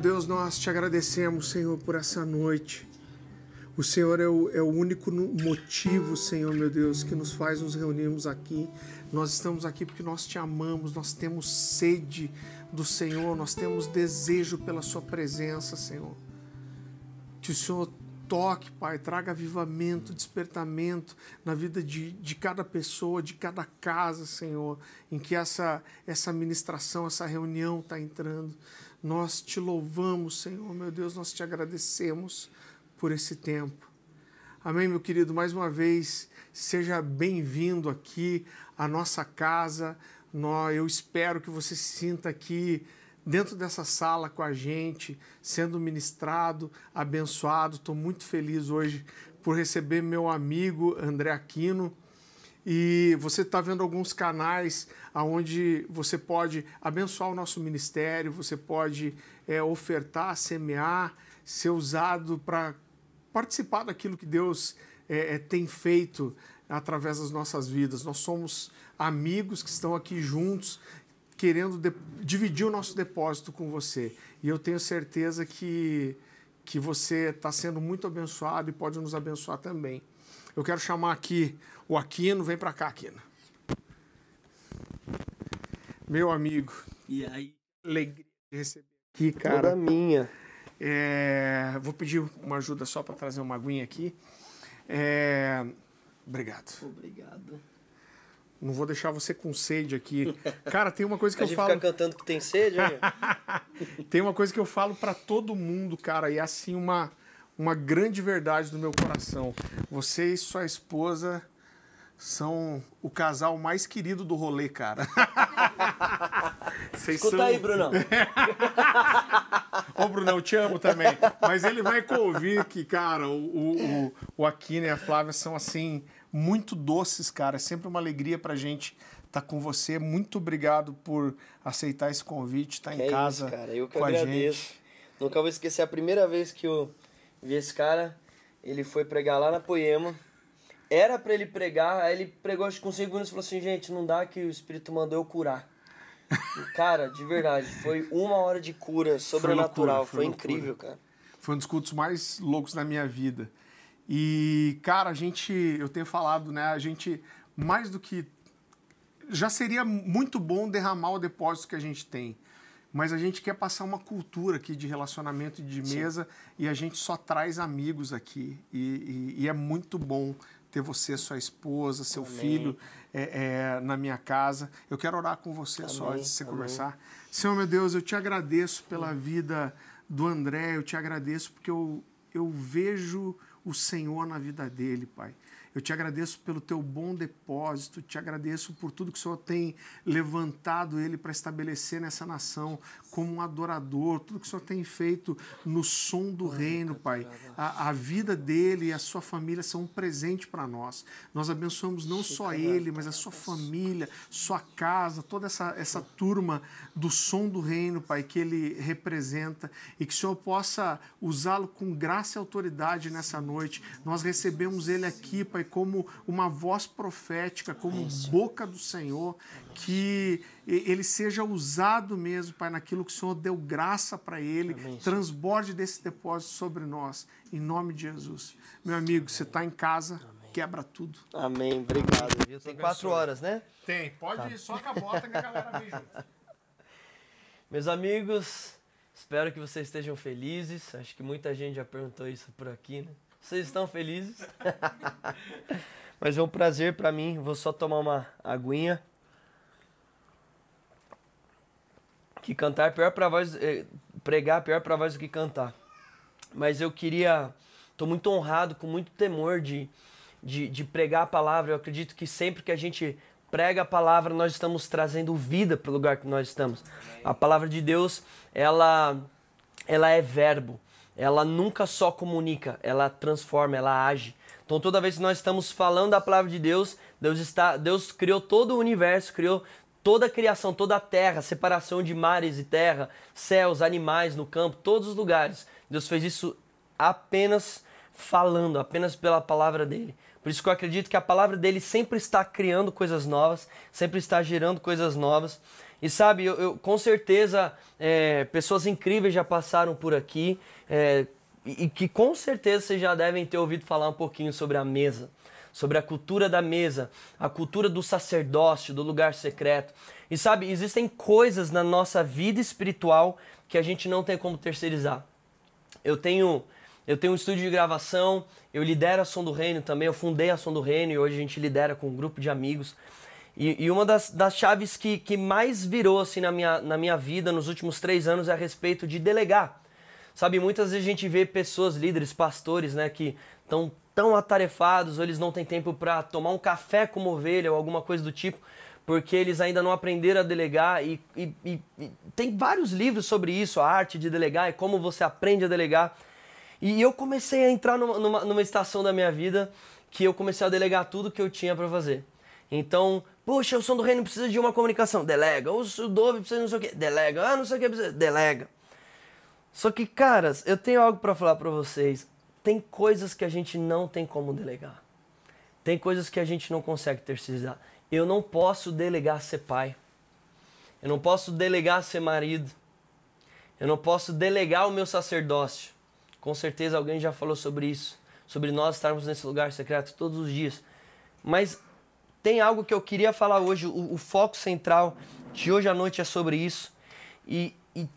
Deus, nós te agradecemos, Senhor, por essa noite. O Senhor é o único motivo, Senhor, meu Deus, que nos faz nos reunirmos aqui. Nós estamos aqui porque nós te amamos, nós temos sede do Senhor, nós temos desejo pela sua presença, Senhor. Que o Senhor toque, Pai, traga avivamento, despertamento na vida de cada pessoa, de cada casa, Senhor, em que essa ministração, essa reunião está entrando. Nós te louvamos, Senhor, meu Deus, nós te agradecemos por esse tempo. Amém, meu querido? Mais uma vez, seja bem-vindo aqui à nossa casa. Eu espero que você se sinta aqui dentro dessa sala com a gente, sendo ministrado, abençoado. Estou muito feliz hoje por receber meu amigo André Aquino. E você está vendo alguns canais onde você pode abençoar o nosso ministério, você pode ofertar, semear, ser usado para participar daquilo que Deus tem feito através das nossas vidas. Nós somos amigos que estão aqui juntos, querendo dividir o nosso depósito com você. E eu tenho certeza que você está sendo muito abençoado e pode nos abençoar também. Eu quero chamar aqui o Aquino. Vem para cá, Aquino. Meu amigo. E aí? Alegria de receber aqui, cara. Toda minha. Vou pedir uma ajuda só para trazer uma aguinha aqui. Obrigado. Obrigado. Não vou deixar você com sede aqui. Cara, tem uma coisa que eu falo... A gente fica cantando que tem sede, hein? Tem uma coisa que eu falo para todo mundo, cara, e é assim uma grande verdade do meu coração. Você e sua esposa são o casal mais querido do rolê, cara. Escuta aí, Brunão. Ô, Brunão, eu te amo também. Mas ele vai ouvir que, cara, o Aquino e a Flávia são, assim, muito doces, cara. É sempre uma alegria pra gente estar com você. Muito obrigado por aceitar esse convite, estar em casa isso, cara. Eu que com agradeço. a gente. Nunca vou esquecer a primeira vez que eu vi esse cara. Ele foi pregar lá na Poema. Era pra ele pregar, aí ele pregou acho que com 5 minutos e falou assim, gente, não dá que o Espírito mandou eu curar. E, cara, de verdade, foi 1 hora de cura sobrenatural, foi incrível, cara. Foi um dos cultos mais loucos da minha vida. E, cara, eu tenho falado, né, a gente, mais do que... Já seria muito bom derramar o depósito que a gente tem, mas a gente quer passar uma cultura aqui de relacionamento e de mesa. Sim. E a gente só traz amigos aqui. E é muito bom ter você, sua esposa, seu Amém. Filho na minha casa. Eu quero orar com você. Amém. Só antes de você Amém. Conversar. Senhor, meu Deus, eu te agradeço pela vida do André, eu te agradeço porque eu vejo o Senhor na vida dele, Pai. Eu te agradeço pelo teu bom depósito, te agradeço por tudo que o Senhor tem levantado ele para estabelecer nessa nação como um adorador, tudo que o Senhor tem feito no som do reino, Pai. A vida dele e a sua família são um presente para nós. Nós abençoamos não só ele, mas a sua família, sua casa, toda essa turma do som do reino, Pai, que ele representa, e que o Senhor possa usá-lo com graça e autoridade nessa noite. Nós recebemos ele aqui, Pai, como uma voz profética, como boca do Senhor, que ele seja usado mesmo, Pai, naquilo que o Senhor deu graça para ele, Amém. Transborde desse depósito sobre nós, em nome de Jesus. Meu amigo, você está em casa, Amém. Quebra tudo. Amém, obrigado. Amém. Tem 4 horas, né? Tem, pode ir, só com a bota que a galera vem junto. Meus amigos, espero que vocês estejam felizes, acho que muita gente já perguntou isso por aqui, né? Vocês estão felizes? Mas é um prazer para mim. Vou só tomar uma aguinha. Que cantar é pior para voz, pregar é pior para voz do que cantar. Mas eu tô muito honrado, com muito temor de pregar a palavra. Eu acredito que sempre que a gente prega a palavra, nós estamos trazendo vida para o lugar que nós estamos. A palavra de Deus, ela é verbo. Ela nunca só comunica, ela transforma, ela age. Então toda vez que nós estamos falando da palavra de Deus, Deus criou todo o universo, criou toda a criação, toda a terra, separação de mares e terra, céus, animais no campo, todos os lugares. Deus fez isso apenas falando, apenas pela palavra dele. Por isso que eu acredito que a palavra dele sempre está criando coisas novas, sempre está gerando coisas novas. E sabe, eu com certeza, pessoas incríveis já passaram por aqui, e que com certeza vocês já devem ter ouvido falar um pouquinho sobre a mesa, sobre a cultura da mesa, a cultura do sacerdócio, do lugar secreto. E sabe, existem coisas na nossa vida espiritual que a gente não tem como terceirizar. Eu tenho um estúdio de gravação, eu lidero a Som do Reino também, eu fundei a Som do Reino e hoje a gente lidera com um grupo de amigos. E uma das chaves que mais virou assim, na minha vida nos últimos 3 anos é a respeito de delegar. Sabe, muitas vezes a gente vê pessoas, líderes, pastores, né, que estão tão atarefados, ou eles não têm tempo para tomar um café como ovelha ou alguma coisa do tipo, porque eles ainda não aprenderam a delegar. E tem vários livros sobre isso, a arte de delegar e como você aprende a delegar. E eu comecei a entrar numa estação da minha vida que eu comecei a delegar tudo que eu tinha para fazer. Então, poxa, o Som do Reino precisa de uma comunicação, delega. O Dove precisa de não sei o que, delega. Ah, não sei o que precisa, delega. Só que, caras, eu tenho algo para falar para vocês. Tem coisas que a gente não tem como delegar. Tem coisas que a gente não consegue terceirizar. Eu não posso delegar ser pai. Eu não posso delegar ser marido. Eu não posso delegar o meu sacerdócio. Com certeza alguém já falou sobre isso. Sobre nós estarmos nesse lugar secreto todos os dias. Mas tem algo que eu queria falar hoje. O foco central de hoje à noite é sobre isso. E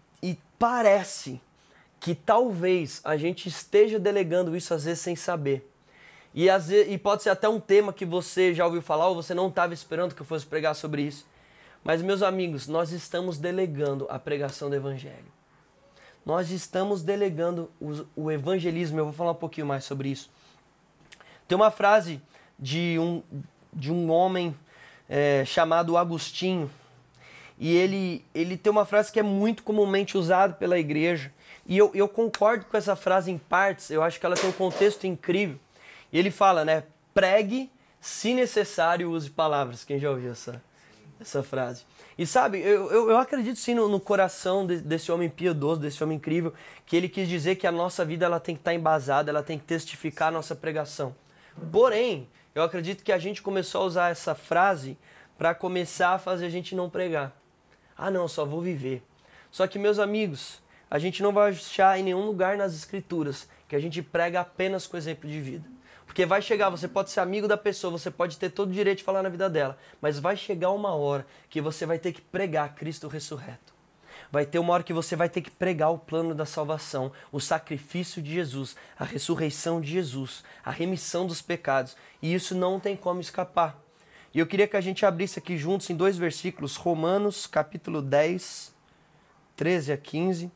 parece que talvez a gente esteja delegando isso às vezes sem saber. E pode ser até um tema que você já ouviu falar ou você não estava esperando que eu fosse pregar sobre isso. Mas, meus amigos, nós estamos delegando a pregação do Evangelho. Nós estamos delegando o evangelismo. Eu vou falar um pouquinho mais sobre isso. Tem uma frase de um homem chamado Agostinho. E ele tem uma frase que é muito comumente usada pela igreja. E eu concordo com essa frase em partes. Eu acho que ela tem um contexto incrível. E ele fala, né? Pregue, se necessário, use palavras. Quem já ouviu essa frase? E sabe, eu acredito sim no coração desse homem piedoso, desse homem incrível, que ele quis dizer que a nossa vida ela tem que estar embasada, ela tem que testificar a nossa pregação. Porém, eu acredito que a gente começou a usar essa frase para começar a fazer a gente não pregar. Ah não, só vou viver. Só que, meus amigos, a gente não vai achar em nenhum lugar nas escrituras que a gente prega apenas com exemplo de vida. Porque vai chegar, você pode ser amigo da pessoa, você pode ter todo o direito de falar na vida dela, mas vai chegar uma hora que você vai ter que pregar Cristo ressurreto. Vai ter uma hora que você vai ter que pregar o plano da salvação, o sacrifício de Jesus, a ressurreição de Jesus, a remissão dos pecados. E isso não tem como escapar. E eu queria que a gente abrisse aqui juntos em 2 versículos, Romanos capítulo 10, 13 a 15.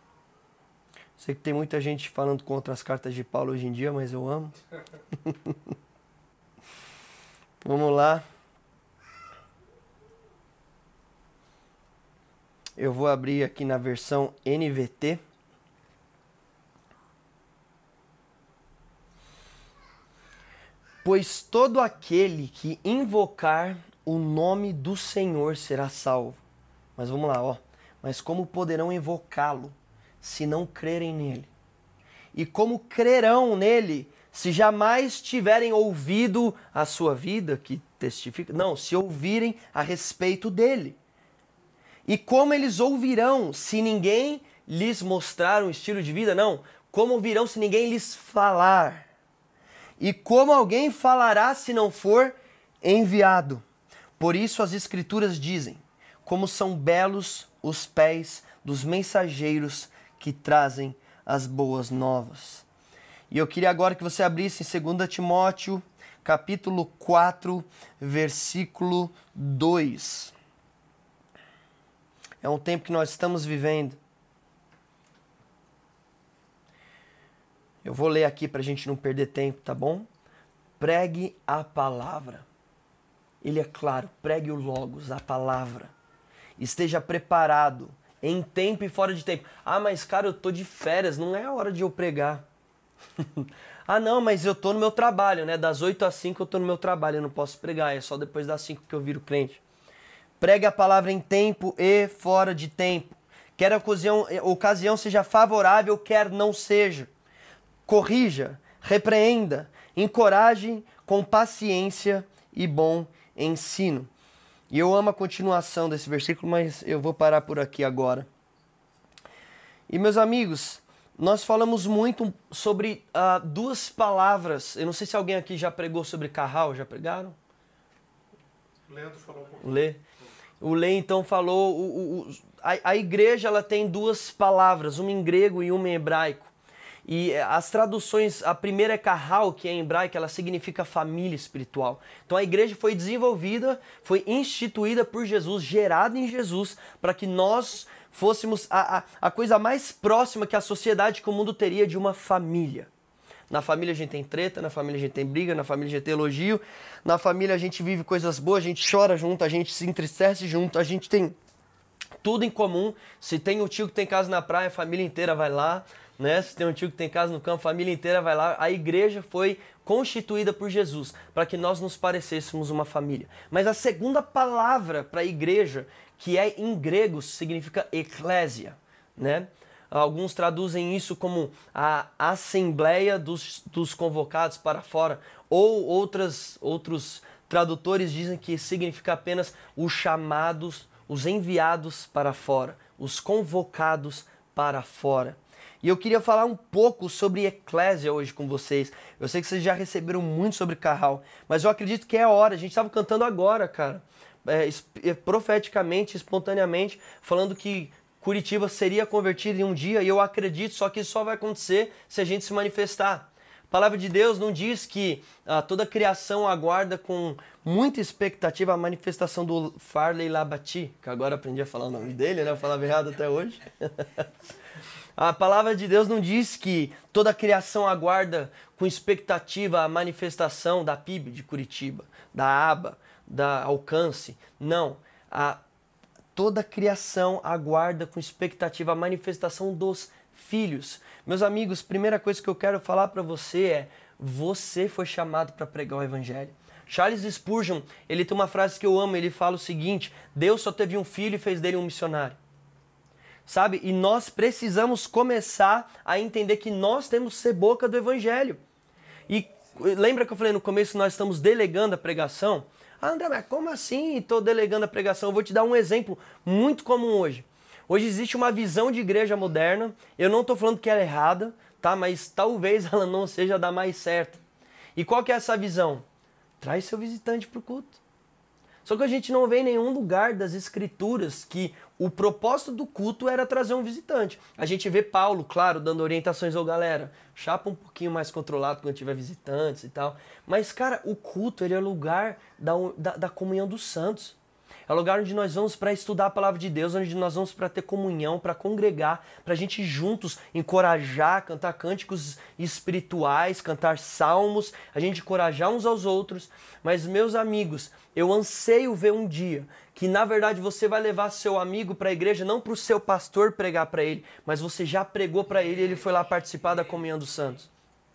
Sei que tem muita gente falando contra as cartas de Paulo hoje em dia, mas eu amo. Vamos lá. Eu vou abrir aqui na versão NVT. Pois todo aquele que invocar o nome do Senhor será salvo. Mas vamos lá, ó. Mas como poderão invocá-lo se não crerem nele? E como crerão nele se jamais tiverem ouvido a sua vida, que testifica? Não, se ouvirem a respeito dele. E como eles ouvirão se ninguém lhes mostrar um estilo de vida? Não, como ouvirão se ninguém lhes falar? E como alguém falará se não for enviado? Por isso as Escrituras dizem, como são belos os pés dos mensageiros que trazem as boas novas. E eu queria agora que você abrisse em 2 Timóteo, capítulo 4, versículo 2. É um tempo que nós estamos vivendo. Eu vou ler aqui para a gente não perder tempo, tá bom? Pregue a palavra. Ele é claro, pregue o Logos, a palavra. Esteja preparado, em tempo e fora de tempo. Ah, mas cara, eu tô de férias, não é a hora de eu pregar. Ah não, mas eu tô no meu trabalho, né? Das 8 às 5 eu tô no meu trabalho, eu não posso pregar, é só depois das 5 que eu viro crente. Pregue a palavra em tempo e fora de tempo. Quer a ocasião seja favorável, quer não seja. Corrija, repreenda, encoraje com paciência e bom ensino. E eu amo a continuação desse versículo, mas eu vou parar por aqui agora. E meus amigos, nós falamos muito sobre duas palavras. Eu não sei se alguém aqui já pregou sobre Carral, já pregaram? Leandro falou um pouco. O Lê então falou, a igreja ela tem duas palavras, uma em grego e uma em hebraico. E as traduções, a primeira é Carral, que é em hebraico, ela significa família espiritual. Então a igreja foi desenvolvida, foi instituída por Jesus, gerada em Jesus, para que nós fôssemos a coisa mais próxima que a sociedade, que o mundo teria de uma família. Na família a gente tem treta, na família a gente tem briga, na família a gente tem elogio, na família a gente vive coisas boas, a gente chora junto, a gente se entristece junto, a gente tem tudo em comum. Se tem um tio que tem casa na praia, a família inteira vai lá, né? Se tem um tio que tem casa no campo, a família inteira vai lá. A igreja foi constituída por Jesus para que nós nos parecêssemos uma família. Mas a segunda palavra para a igreja, que é em grego, significa eclésia, né? Alguns traduzem isso como a assembleia dos convocados para fora, ou outros tradutores dizem que significa apenas os chamados, os enviados para fora, os convocados para fora. E eu queria falar um pouco sobre eclésia hoje com vocês. Eu sei que vocês já receberam muito sobre Carral, mas eu acredito que é a hora. A gente estava cantando agora, cara, profeticamente, espontaneamente, falando que Curitiba seria convertida em um dia, e eu acredito, só que isso só vai acontecer se a gente se manifestar. A palavra de Deus não diz que toda a criação aguarda com muita expectativa a manifestação do Farley Labati, que agora aprendi a falar o nome dele, né? Eu falava errado até hoje. A palavra de Deus não diz que toda a criação aguarda com expectativa a manifestação da PIB de Curitiba, da ABA, da Alcance. Não. Toda a criação aguarda com expectativa a manifestação dos filhos. Meus amigos, primeira coisa que eu quero falar para você é: você foi chamado para pregar o evangelho. Charles Spurgeon, ele tem uma frase que eu amo, ele fala o seguinte: Deus só teve um filho e fez dele um missionário. Sabe? E nós precisamos começar a entender que nós temos que ser boca do evangelho. E lembra que eu falei no começo que nós estamos delegando a pregação? André, mas como assim estou delegando a pregação? Eu vou te dar um exemplo muito comum hoje. Hoje existe uma visão de igreja moderna. Eu não estou falando que ela é errada, tá? Mas talvez ela não seja da mais certa. E qual que é essa visão? Traz seu visitante para o culto. Só que a gente não vê em nenhum lugar das escrituras que o propósito do culto era trazer um visitante. A gente vê Paulo, claro, dando orientações ao galera. Chapa um pouquinho mais controlado quando tiver visitantes e tal. Mas, cara, o culto ele é lugar da comunhão dos santos. É o lugar onde nós vamos para estudar a palavra de Deus, onde nós vamos para ter comunhão, para congregar, para a gente juntos encorajar, cantar cânticos espirituais, cantar salmos, a gente encorajar uns aos outros. Mas, meus amigos, eu anseio ver um dia que, na verdade, você vai levar seu amigo para a igreja, não para o seu pastor pregar para ele, mas você já pregou para ele e ele foi lá participar da comunhão dos santos.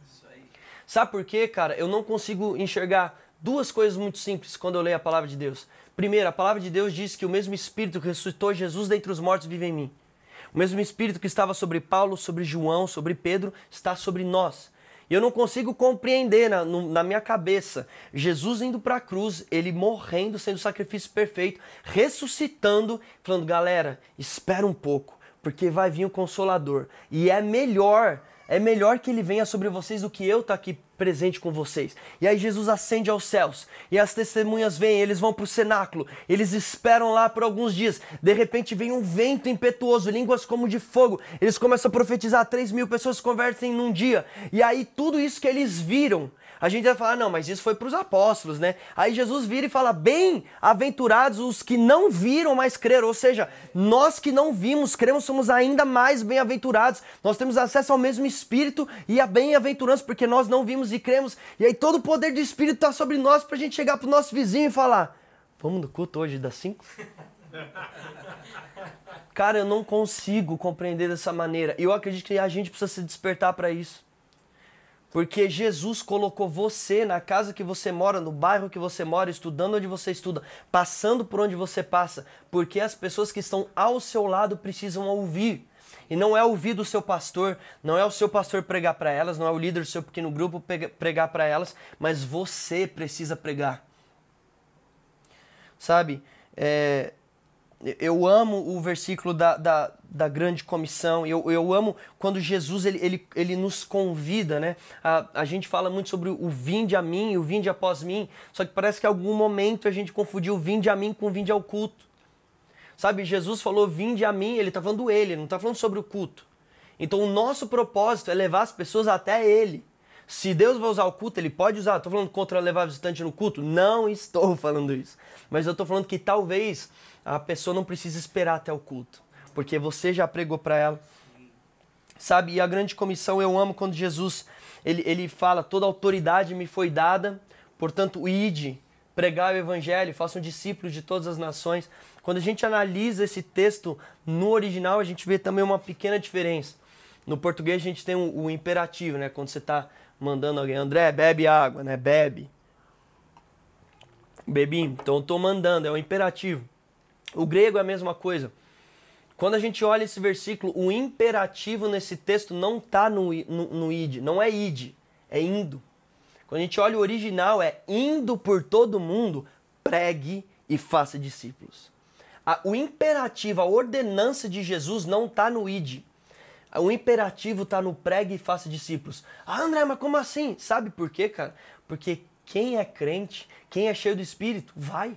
Sabe por quê, cara? Eu não consigo enxergar duas coisas muito simples quando eu leio a palavra de Deus. Primeiro, a palavra de Deus diz que o mesmo Espírito que ressuscitou Jesus dentre os mortos vive em mim. O mesmo Espírito que estava sobre Paulo, sobre João, sobre Pedro, está sobre nós. E eu não consigo compreender na minha cabeça Jesus indo para a cruz, ele morrendo, sendo o sacrifício perfeito, ressuscitando, falando: galera, espera um pouco, porque vai vir o Consolador. E é melhor que ele venha sobre vocês do que eu estar aqui presente com vocês. E aí Jesus ascende aos céus, e as testemunhas vêm, eles vão para o cenáculo, eles esperam lá por alguns dias, de repente vem um vento impetuoso, línguas como de fogo, eles começam a profetizar, 3.000 pessoas se convertem num dia, e aí tudo isso que eles viram, a gente vai falar: não, mas isso foi para os apóstolos, né? Aí Jesus vira e fala: bem-aventurados os que não viram, mas creram. Ou seja, nós que não vimos, cremos, somos ainda mais bem-aventurados. Nós temos acesso ao mesmo Espírito e a bem-aventurança, porque nós não vimos e cremos. E aí todo o poder do Espírito está sobre nós para a gente chegar para o nosso vizinho e falar: vamos no culto hoje das 5? Cara, eu não consigo compreender dessa maneira. E eu acredito que a gente precisa se despertar para isso. Porque Jesus colocou você na casa que você mora, no bairro que você mora, estudando onde você estuda, passando por onde você passa, porque as pessoas que estão ao seu lado precisam ouvir. E não é ouvir do seu pastor, não é o seu pastor pregar para elas, não é o líder do seu pequeno grupo pregar para elas, mas você precisa pregar. Sabe? Eu amo o versículo da grande comissão, eu amo quando Jesus ele nos convida, né? A gente fala muito sobre o vinde a mim, o vinde após mim, só que parece que em algum momento a gente confundiu o vinde a mim com o vinde ao culto. Sabe, Jesus falou vinde a mim, ele está falando ele não está falando sobre o culto. Então o nosso propósito é levar as pessoas até ele. Se Deus vai usar o culto, ele pode usar. Estou falando contra levar visitante no culto? Não estou falando isso. Mas eu estou falando que talvez a pessoa não precise esperar até o culto, porque você já pregou para ela. Sabe, e a grande comissão eu amo quando Jesus, ele fala, toda autoridade me foi dada, portanto, ide, pregai o evangelho, façam discípulos de todas as nações. Quando a gente analisa esse texto no original, a gente vê também uma pequena diferença. No português a gente tem o imperativo, né? Quando você está mandando alguém, André, bebe água, né? Bebe. Bebi, então eu estou mandando, é o imperativo. O grego é a mesma coisa. Quando a gente olha esse versículo, o imperativo nesse texto não está no id, não é id, é indo. Quando a gente olha o original, é indo por todo mundo, pregue e faça discípulos. O imperativo, a ordenança de Jesus não está no id. O imperativo está no pregue e faça discípulos. Ah, André, mas como assim? Sabe por quê, cara? Porque quem é crente, quem é cheio do Espírito, vai.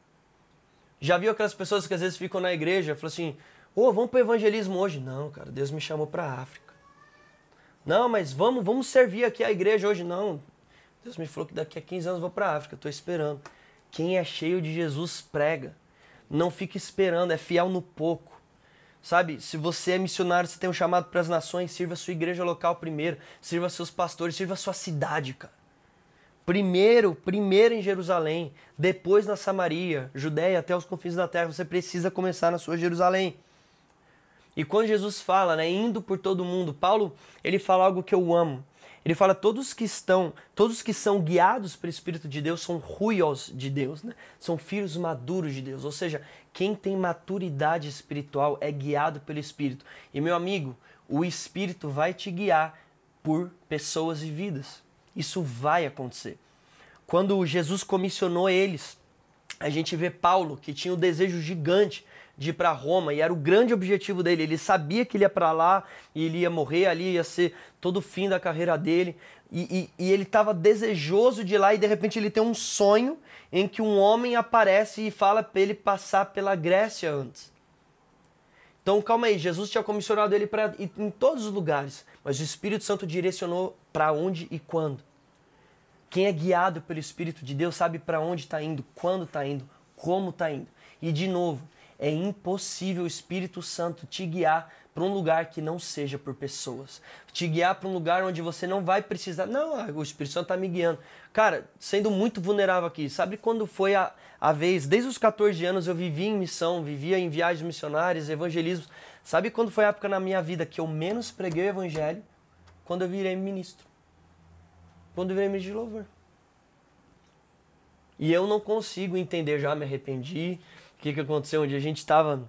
Já viu aquelas pessoas que às vezes ficam na igreja e falam assim, vamos para o evangelismo hoje? Não, cara, Deus me chamou para a África. Não, mas vamos servir aqui a igreja hoje? Não, Deus me falou que daqui a 15 anos eu vou para a África, estou esperando. Quem é cheio de Jesus prega. Não fica esperando, é fiel no pouco. Sabe, se você é missionário, você tem um chamado para as nações, sirva a sua igreja local primeiro, sirva seus pastores, sirva a sua cidade, cara. Primeiro em Jerusalém, depois na Samaria, Judéia até os confins da terra, você precisa começar na sua Jerusalém. E quando Jesus fala, né, indo por todo mundo, Paulo, ele fala algo que eu amo. Ele fala, todos que são guiados pelo Espírito de Deus são huios de Deus, né? São filhos maduros de Deus. Ou seja, quem tem maturidade espiritual é guiado pelo Espírito. E meu amigo, o Espírito vai te guiar por pessoas e vidas. Isso vai acontecer. Quando Jesus comissionou eles, a gente vê Paulo, que tinha um desejo gigante de ir para Roma, e era o grande objetivo dele. Ele sabia que ele ia para lá, e ele ia morrer ali, ia ser todo o fim da carreira dele, e ele estava desejoso de ir lá, e de repente ele tem um sonho em que um homem aparece e fala para ele passar pela Grécia antes. Então calma aí, Jesus tinha comissionado ele para ir em todos os lugares, mas o Espírito Santo direcionou para onde e quando. Quem é guiado pelo Espírito de Deus sabe para onde está indo, quando está indo, como está indo. E de novo, é impossível o Espírito Santo te guiar para um lugar que não seja por pessoas. Te guiar para um lugar onde você não vai precisar... Não, o Espírito Santo está me guiando. Cara, sendo muito vulnerável aqui, sabe quando foi a vez? Desde os 14 anos eu vivia em missão, vivia em viagens missionárias, evangelismo. Sabe quando foi a época na minha vida que eu menos preguei o evangelho? Quando eu virei ministro. Quando eu virei ministro de louvor. E eu não consigo entender, já me arrependi. O que aconteceu? Um dia a gente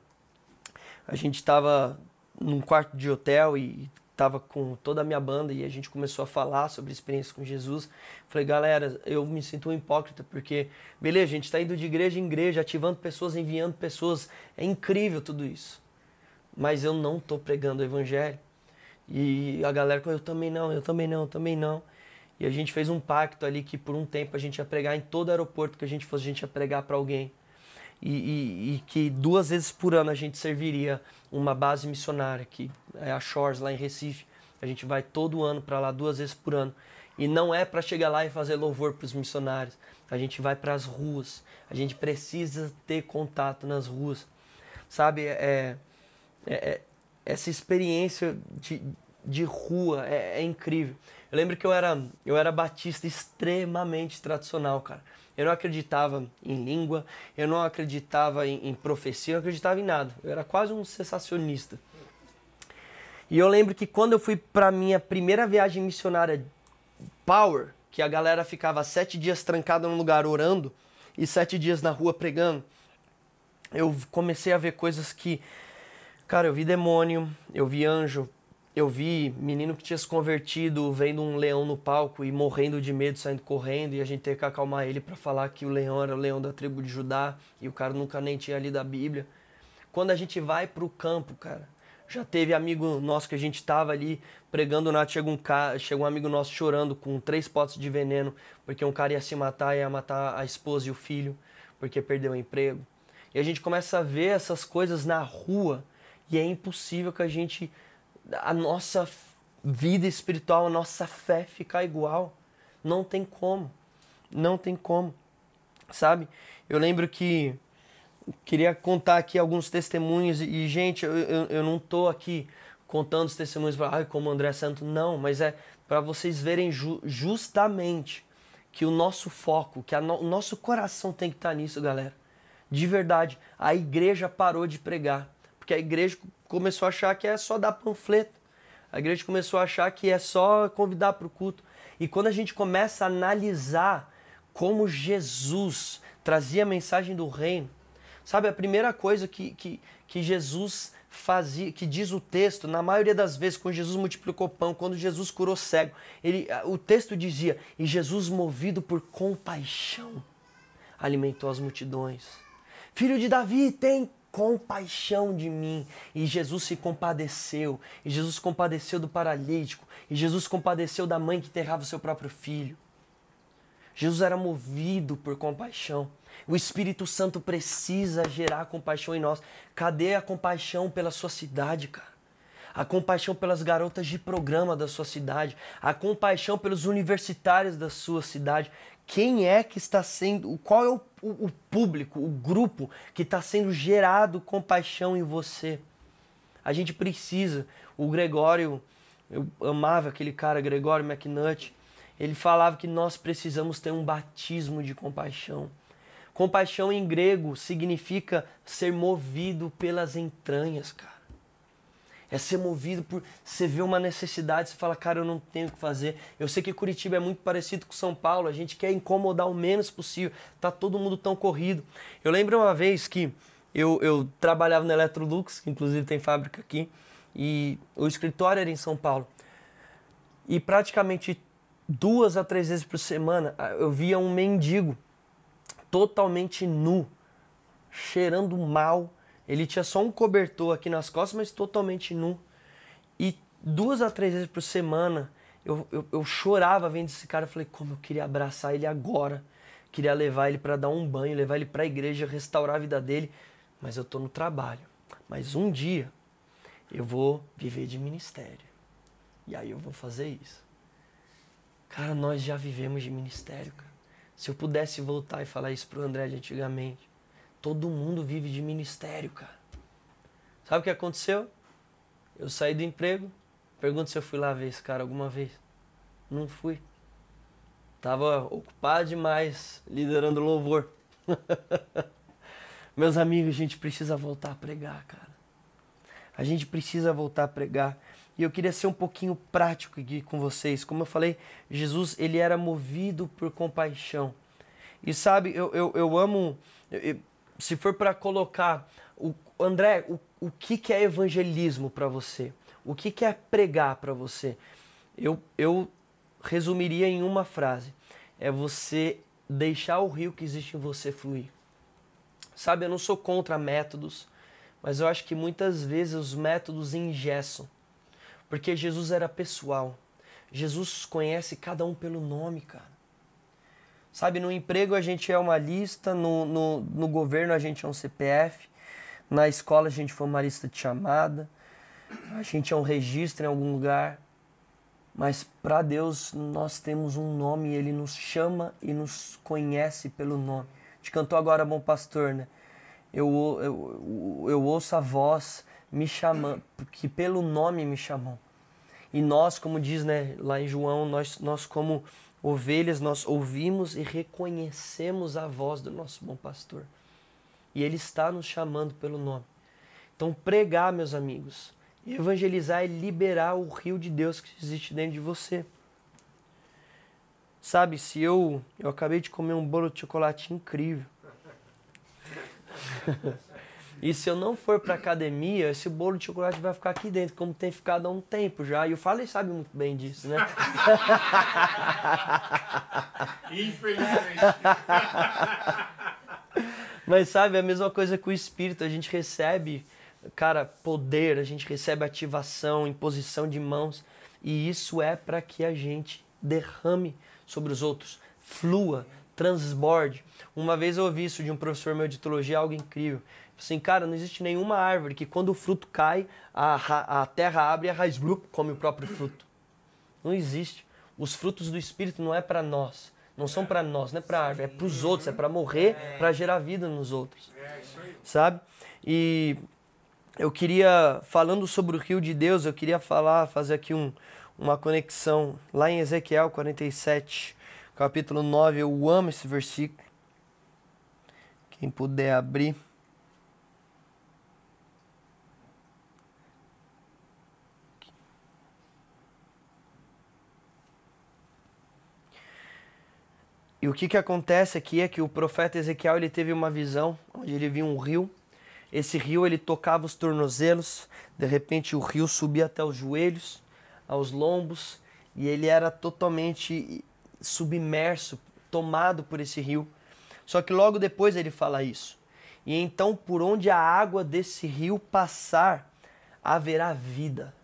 estava num quarto de hotel e estava com toda a minha banda e a gente começou a falar sobre a experiência com Jesus. Falei, galera, eu me sinto um hipócrita porque, beleza, a gente está indo de igreja em igreja, ativando pessoas, enviando pessoas. É incrível tudo isso. Mas eu não estou pregando o evangelho. E a galera, eu também não. E a gente fez um pacto ali que por um tempo a gente ia pregar em todo aeroporto que a gente fosse, a gente ia pregar para alguém. E que 2 vezes por ano a gente serviria uma base missionária, que é a Shores, lá em Recife. A gente vai todo ano para lá, 2 vezes por ano. E não é para chegar lá e fazer louvor para os missionários. A gente vai para as ruas. A gente precisa ter contato nas ruas. Sabe, essa experiência de rua é incrível. Eu lembro que eu era batista extremamente tradicional, cara. Eu não acreditava em língua, eu não acreditava em profecia, eu não acreditava em nada. Eu era quase um cessacionista. E eu lembro que quando eu fui para minha primeira viagem missionária Power, que a galera ficava 7 dias trancada num lugar orando e 7 dias na rua pregando, eu comecei a ver coisas que Cara, eu vi demônio, eu vi anjo, eu vi menino que tinha se convertido vendo um leão no palco e morrendo de medo, saindo correndo, e a gente ter que acalmar ele para falar que o leão era o leão da tribo de Judá, e o cara nunca nem tinha lido a Bíblia. Quando a gente vai pro campo, cara, já teve amigo nosso que a gente tava ali pregando nada, chegou um amigo nosso chorando com 3 potes de veneno, porque um cara ia se matar, ia matar a esposa e o filho, porque perdeu o emprego. E a gente começa a ver essas coisas na rua, e é impossível que a nossa vida espiritual, a nossa fé ficar igual. Não tem como. Não tem como. Sabe? Eu lembro que queria contar aqui alguns testemunhos e gente, eu não tô aqui contando os testemunhos para como o André Santo, não, mas é para vocês verem justamente que o nosso foco, que o nosso coração tem que estar nisso, galera. De verdade, a igreja parou de pregar, porque a igreja começou a achar que é só dar panfleto. A igreja começou a achar que é só convidar para o culto. E quando a gente começa a analisar como Jesus trazia a mensagem do reino, sabe, a primeira coisa que Jesus fazia, que diz o texto, na maioria das vezes, quando Jesus multiplicou pão, quando Jesus curou cego, o texto dizia, e Jesus, movido por compaixão, alimentou as multidões. Filho de Davi, tem compaixão de mim. E Jesus se compadeceu. E Jesus compadeceu do paralítico. E Jesus compadeceu da mãe que enterrava o seu próprio filho. Jesus era movido por compaixão. O Espírito Santo precisa gerar compaixão em nós. Cadê a compaixão pela sua cidade, cara? A compaixão pelas garotas de programa da sua cidade. A compaixão pelos universitários da sua cidade. Quem é que está sendo... Qual é o público, o grupo que está sendo gerado compaixão em você? A gente precisa. O Gregório, eu amava aquele cara, Gregório McNutt. Ele falava que nós precisamos ter um batismo de compaixão. Compaixão em grego significa ser movido pelas entranhas, cara. É ser movido por... Você vê uma necessidade, você fala, cara, eu não tenho o que fazer. Eu sei que Curitiba é muito parecido com São Paulo, a gente quer incomodar o menos possível. Tá todo mundo tão corrido. Eu lembro uma vez que eu trabalhava na Electrolux, que inclusive tem fábrica aqui, e o escritório era em São Paulo. E praticamente 2 a 3 vezes por semana eu via um mendigo totalmente nu, cheirando mal. Ele tinha só um cobertor aqui nas costas, mas totalmente nu. E 2 a 3 vezes por semana eu chorava vendo esse cara. Eu falei, como eu queria abraçar ele agora. Queria levar ele para dar um banho, levar ele para a igreja, restaurar a vida dele. Mas eu tô no trabalho. Mas um dia eu vou viver de ministério. E aí eu vou fazer isso. Cara, nós já vivemos de ministério, cara. Se eu pudesse voltar e falar isso pro André de antigamente. Todo mundo vive de ministério, cara. Sabe o que aconteceu? Eu saí do emprego. Pergunto se eu fui lá ver esse cara alguma vez. Não fui. Tava ocupado demais liderando louvor. Meus amigos, a gente precisa voltar a pregar, cara. A gente precisa voltar a pregar. E eu queria ser um pouquinho prático aqui com vocês. Como eu falei, Jesus, ele era movido por compaixão. E sabe, eu amo... se for para colocar... André, o que é evangelismo para você? O que é pregar para você? Eu resumiria em uma frase. É você deixar o rio que existe em você fluir. Sabe, eu não sou contra métodos, mas eu acho que muitas vezes os métodos engessam. Porque Jesus era pessoal. Jesus conhece cada um pelo nome, cara. Sabe, no emprego a gente é uma lista, no governo a gente é um CPF, na escola a gente foi uma lista de chamada, a gente é um registro em algum lugar. Mas para Deus nós temos um nome e Ele nos chama e nos conhece pelo nome. A gente cantou agora Bom Pastor, né? Eu ouço a voz me chamando, que pelo nome me chamou. E nós, como diz, né, lá em João, nós como ovelhas, nós ouvimos e reconhecemos a voz do nosso bom pastor. E Ele está nos chamando pelo nome. Então pregar, meus amigos, evangelizar é liberar o rio de Deus que existe dentro de você. Sabe, se eu acabei de comer um bolo de chocolate incrível. E se eu não for pra academia, esse bolo de chocolate vai ficar aqui dentro, como tem ficado há um tempo já. E o Falei sabe muito bem disso, né? Infelizmente. Mas sabe, é a mesma coisa com o Espírito. A gente recebe, cara, poder, a gente recebe ativação, imposição de mãos. E isso é para que a gente derrame sobre os outros, flua, transborde. Uma vez eu ouvi isso de um professor meu de teologia, algo incrível. Assim, cara, não existe nenhuma árvore que quando o fruto cai, a terra abre e a raiz come o próprio fruto. Não existe. Os frutos do Espírito não é para nós. Não são para nós, não é para a árvore. É para os outros, é para morrer, para gerar vida nos outros. Sabe? E eu queria, falando sobre o rio de Deus, eu queria fazer aqui uma conexão. Lá em Ezequiel 47, capítulo 9, eu amo esse versículo. Quem puder abrir. E o que acontece aqui é que o profeta Ezequiel ele teve uma visão onde ele viu um rio. Esse rio ele tocava os tornozelos, de repente o rio subia até os joelhos, aos lombos, e ele era totalmente submerso, tomado por esse rio. Só que logo depois ele fala isso. E então por onde a água desse rio passar, haverá vida.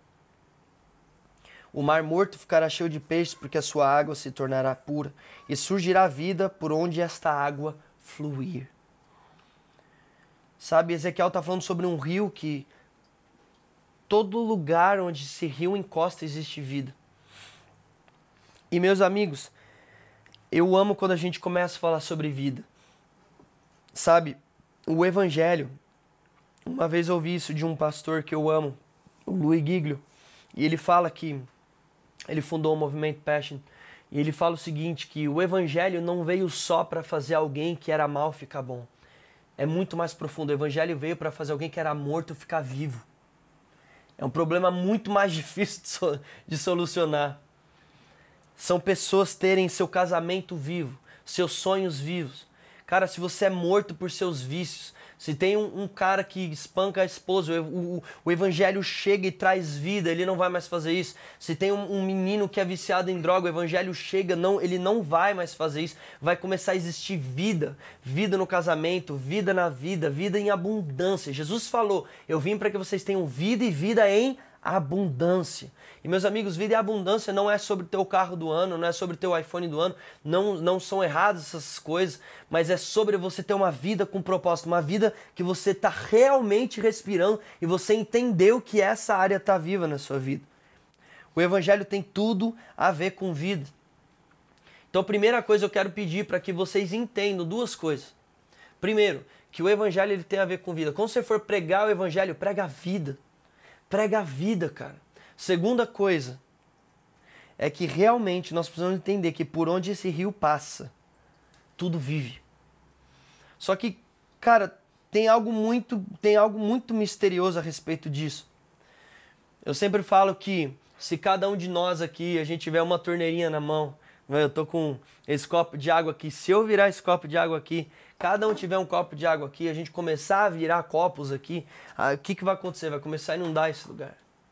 O mar morto ficará cheio de peixes, porque a sua água se tornará pura, e surgirá vida por onde esta água fluir. Sabe, Ezequiel está falando sobre um rio que todo lugar onde esse rio encosta existe vida. E meus amigos, eu amo quando a gente começa a falar sobre vida. Sabe, o Evangelho, uma vez eu ouvi isso de um pastor que eu amo, o Luiz Giglio, e ele fala que ele fundou o movimento Passion, e ele fala o seguinte, que o Evangelho não veio só para fazer alguém que era mal ficar bom. É muito mais profundo. O Evangelho veio para fazer alguém que era morto ficar vivo. É um problema muito mais difícil de solucionar. São pessoas terem seu casamento vivo, seus sonhos vivos. Cara, se você é morto por seus vícios, se tem um cara que espanca a esposa, o Evangelho chega e traz vida, ele não vai mais fazer isso. Se tem um menino que é viciado em droga, o Evangelho chega, ele não vai mais fazer isso. Vai começar a existir vida, vida no casamento, vida na vida, vida em abundância. Jesus falou, eu vim para que vocês tenham vida e vida em abundância. E meus amigos, vida e abundância não é sobre o teu carro do ano, não é sobre o teu iPhone do ano, não são erradas essas coisas, mas é sobre você ter uma vida com propósito, uma vida que você está realmente respirando e você entendeu que essa área está viva na sua vida. O Evangelho tem tudo a ver com vida. Então a primeira coisa eu quero pedir para que vocês entendam duas coisas. Primeiro, que o Evangelho ele tem a ver com vida. Quando você for pregar o Evangelho, prega a vida. Prega a vida, cara. Segunda coisa é que realmente nós precisamos entender que por onde esse rio passa, tudo vive. Só que, cara, tem algo muito misterioso a respeito disso. Eu sempre falo que se cada um de nós aqui, a gente tiver uma torneirinha na mão, eu tô com esse copo de água aqui, se eu virar esse copo de água aqui, cada um tiver um copo de água aqui, a gente começar a virar copos aqui, o que vai acontecer? Vai começar a inundar esse lugar.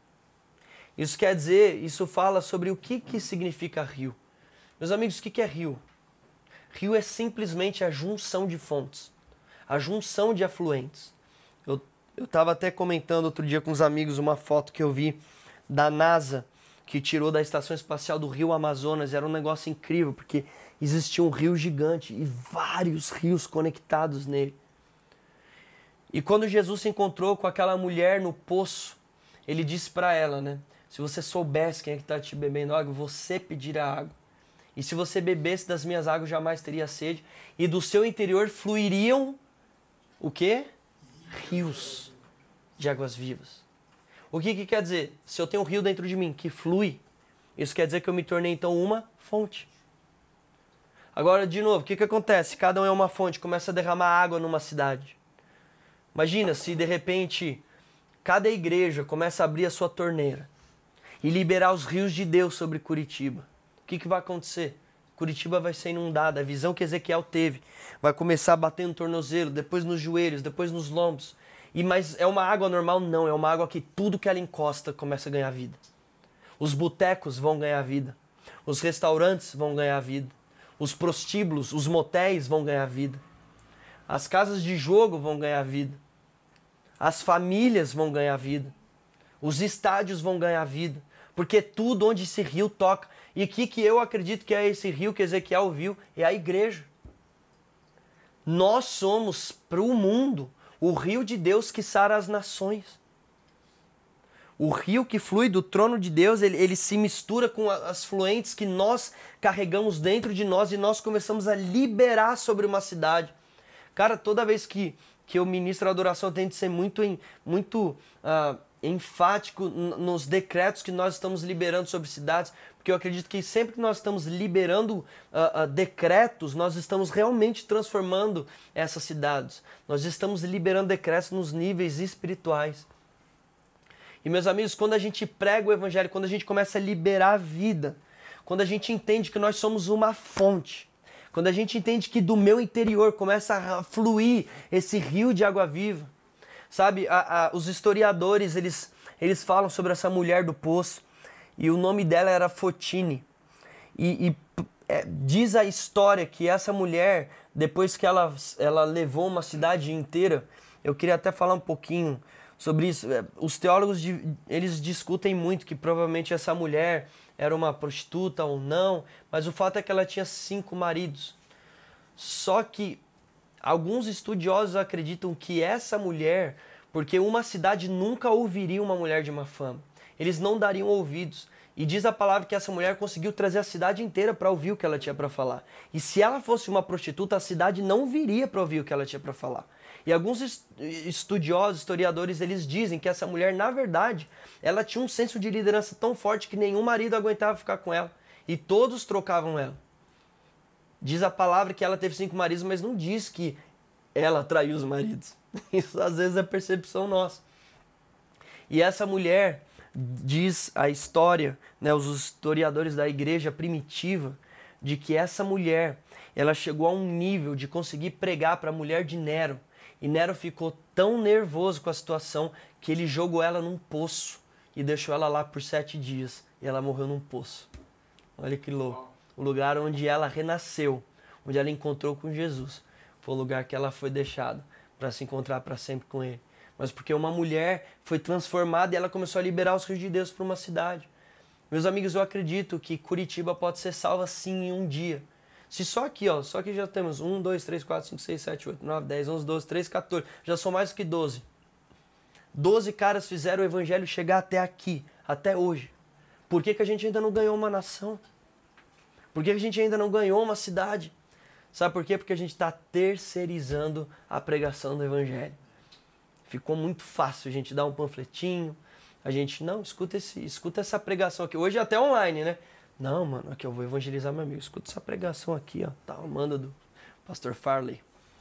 Isso quer dizer, isso fala sobre o que significa rio. Meus amigos, o que é rio? Rio é simplesmente a junção de fontes, a junção de afluentes. Eu estava até comentando outro dia com os amigos uma foto que eu vi da NASA, que tirou da Estação Espacial do Rio Amazonas. Era um negócio incrível, porque existia um rio gigante e vários rios conectados nele. E quando Jesus se encontrou com aquela mulher no poço, ele disse para ela, né? Se você soubesse quem é que está te bebendo água, você pedirá água. E se você bebesse das minhas águas, jamais teria sede. E do seu interior fluiriam o quê? Rios de águas vivas. O que quer dizer? Se eu tenho um rio dentro de mim que flui, isso quer dizer que eu me tornei então uma fonte. Agora, de novo, o que acontece? Cada um é uma fonte, começa a derramar água numa cidade. Imagina se de repente cada igreja começa a abrir a sua torneira e liberar os rios de Deus sobre Curitiba. O que vai acontecer? Curitiba vai ser inundada. A visão que Ezequiel teve vai começar a bater no tornozelo, depois nos joelhos, depois nos lombos. Mas é uma água normal? Não, é uma água que tudo que ela encosta começa a ganhar vida. Os botecos vão ganhar vida. Os restaurantes vão ganhar vida. Os prostíbulos, os motéis vão ganhar vida. As casas de jogo vão ganhar vida. As famílias vão ganhar vida. Os estádios vão ganhar vida. Porque tudo onde esse rio toca. E aqui que eu acredito que é esse rio que Ezequiel viu, é a igreja. Nós somos para o mundo o rio de Deus que sara as nações. O rio que flui do trono de Deus, ele se mistura com as fluentes que nós carregamos dentro de nós e nós começamos a liberar sobre uma cidade. Cara, toda vez que eu ministro a adoração, eu tento ser muito enfático nos decretos que nós estamos liberando sobre cidades, porque eu acredito que sempre que nós estamos liberando decretos, nós estamos realmente transformando essas cidades. Nós estamos liberando decretos nos níveis espirituais. E meus amigos, quando a gente prega o evangelho, quando a gente começa a liberar a vida, quando a gente entende que nós somos uma fonte, quando a gente entende que do meu interior começa a fluir esse rio de água viva, sabe, os historiadores, eles falam sobre essa mulher do poço, e o nome dela era Fotine. Diz a história que essa mulher, depois que ela levou uma cidade inteira, eu queria até falar um pouquinho sobre isso. Os teólogos, eles discutem muito que provavelmente essa mulher era uma prostituta ou não, mas o fato é que ela tinha 5 maridos. Só que alguns estudiosos acreditam que essa mulher, porque uma cidade nunca ouviria uma mulher de má fama, eles não dariam ouvidos. E diz a palavra que essa mulher conseguiu trazer a cidade inteira para ouvir o que ela tinha para falar. E se ela fosse uma prostituta, a cidade não viria para ouvir o que ela tinha para falar. E alguns estudiosos, historiadores, eles dizem que essa mulher, na verdade, ela tinha um senso de liderança tão forte que nenhum marido aguentava ficar com ela. E todos trocavam ela. Diz a palavra que ela teve 5 maridos, mas não diz que ela traiu os maridos. Isso às vezes é percepção nossa. E essa mulher, diz a história, né, os historiadores da igreja primitiva, de que essa mulher, ela chegou a um nível de conseguir pregar para a mulher de Nero. E Nero ficou tão nervoso com a situação que ele jogou ela num poço e deixou ela lá por 7 dias. E ela morreu num poço. Olha que louco. O lugar onde ela renasceu, onde ela encontrou com Jesus, foi o lugar que ela foi deixada para se encontrar para sempre com ele. Mas porque uma mulher foi transformada e ela começou a liberar os rios de Deus para uma cidade. Meus amigos, eu acredito que Curitiba pode ser salva sim em um dia. Se só aqui, só que já temos 1, 2, 3, 4, 5, 6, 7, 8, 9, 10, 11, 12, 13, 14. Já são mais do que 12. 12 caras fizeram o evangelho chegar até aqui, até hoje. Por que a gente ainda não ganhou uma nação? Por que a gente ainda não ganhou uma cidade? Sabe por quê? Porque a gente está terceirizando a pregação do evangelho. Ficou muito fácil a gente dar um panfletinho, a gente, não, escuta essa pregação aqui. Hoje até online, né? Não, mano, aqui eu vou evangelizar meu amigo. Escuta essa pregação aqui, ó. Tá, manda do Pastor Farley.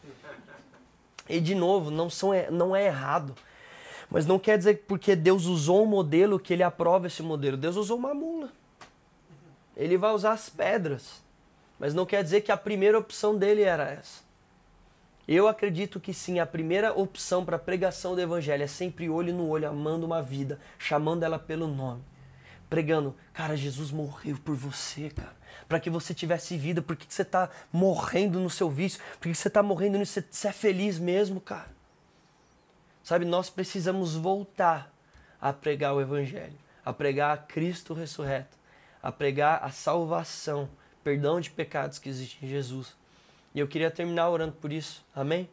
E de novo, não é errado. Mas não quer dizer que porque Deus usou um modelo que ele aprova esse modelo. Deus usou uma mula. Ele vai usar as pedras. Mas não quer dizer que a primeira opção dele era essa. Eu acredito que sim, a primeira opção para a pregação do evangelho é sempre olho no olho, amando uma vida, chamando ela pelo nome. Pregando, cara, Jesus morreu por você, cara. Para que você tivesse vida. Por que você está morrendo no seu vício? Por que você está morrendo nisso? Você é feliz mesmo, cara? Sabe, nós precisamos voltar a pregar o evangelho. A pregar a Cristo ressurreto. A pregar a salvação, perdão de pecados que existe em Jesus. E eu queria terminar orando por isso. Amém?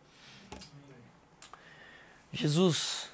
Jesus,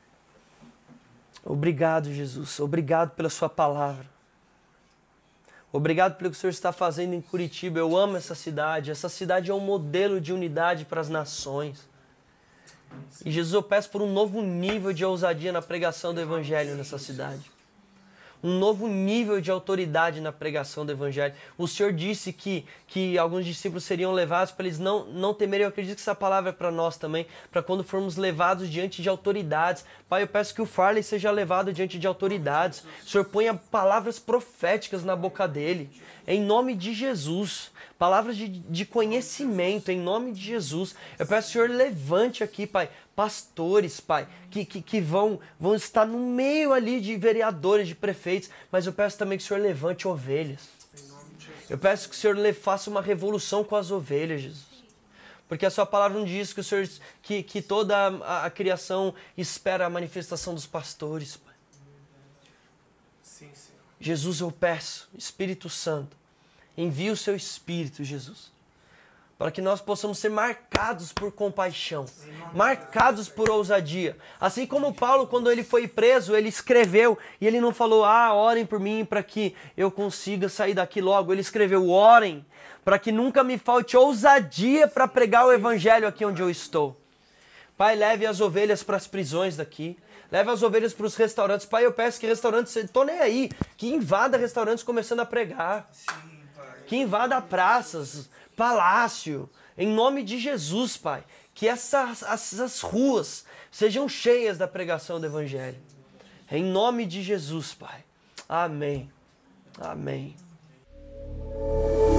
obrigado, Jesus. Obrigado pela sua palavra. Obrigado pelo que o Senhor está fazendo em Curitiba. Eu amo essa cidade. Essa cidade é um modelo de unidade para as nações. E Jesus, eu peço por um novo nível de ousadia na pregação do evangelho nessa cidade. Um novo nível de autoridade na pregação do evangelho. O Senhor disse que alguns discípulos seriam levados para eles não temerem. Eu acredito que essa palavra é para nós também, para quando formos levados diante de autoridades. Pai, eu peço que o Farley seja levado diante de autoridades. O Senhor ponha palavras proféticas na boca dele, em nome de Jesus. Palavras de conhecimento, em nome de Jesus. Eu peço que o Senhor levante aqui, Pai, pastores, Pai, que vão estar no meio ali de vereadores, de prefeitos, mas eu peço também que o Senhor levante ovelhas. Eu peço que o Senhor faça uma revolução com as ovelhas, Jesus. Porque a sua palavra não diz que o Senhor, que toda a criação espera a manifestação dos pastores, Pai. Sim, Senhor. Jesus, eu peço, Espírito Santo, envie o seu Espírito, Jesus, para que nós possamos ser marcados por compaixão, marcados por ousadia. Assim como Paulo, quando ele foi preso, ele escreveu, e ele não falou, orem por mim para que eu consiga sair daqui logo. Ele escreveu, orem, para que nunca me falte ousadia para pregar o evangelho aqui onde eu estou. Pai, leve as ovelhas para as prisões daqui, leve as ovelhas para os restaurantes. Pai, eu peço que restaurantes, estou nem aí, que invada restaurantes começando a pregar, que invada praças, palácio, em nome de Jesus, Pai, que essas ruas sejam cheias da pregação do Evangelho. Em nome de Jesus, Pai. Amém. Amém.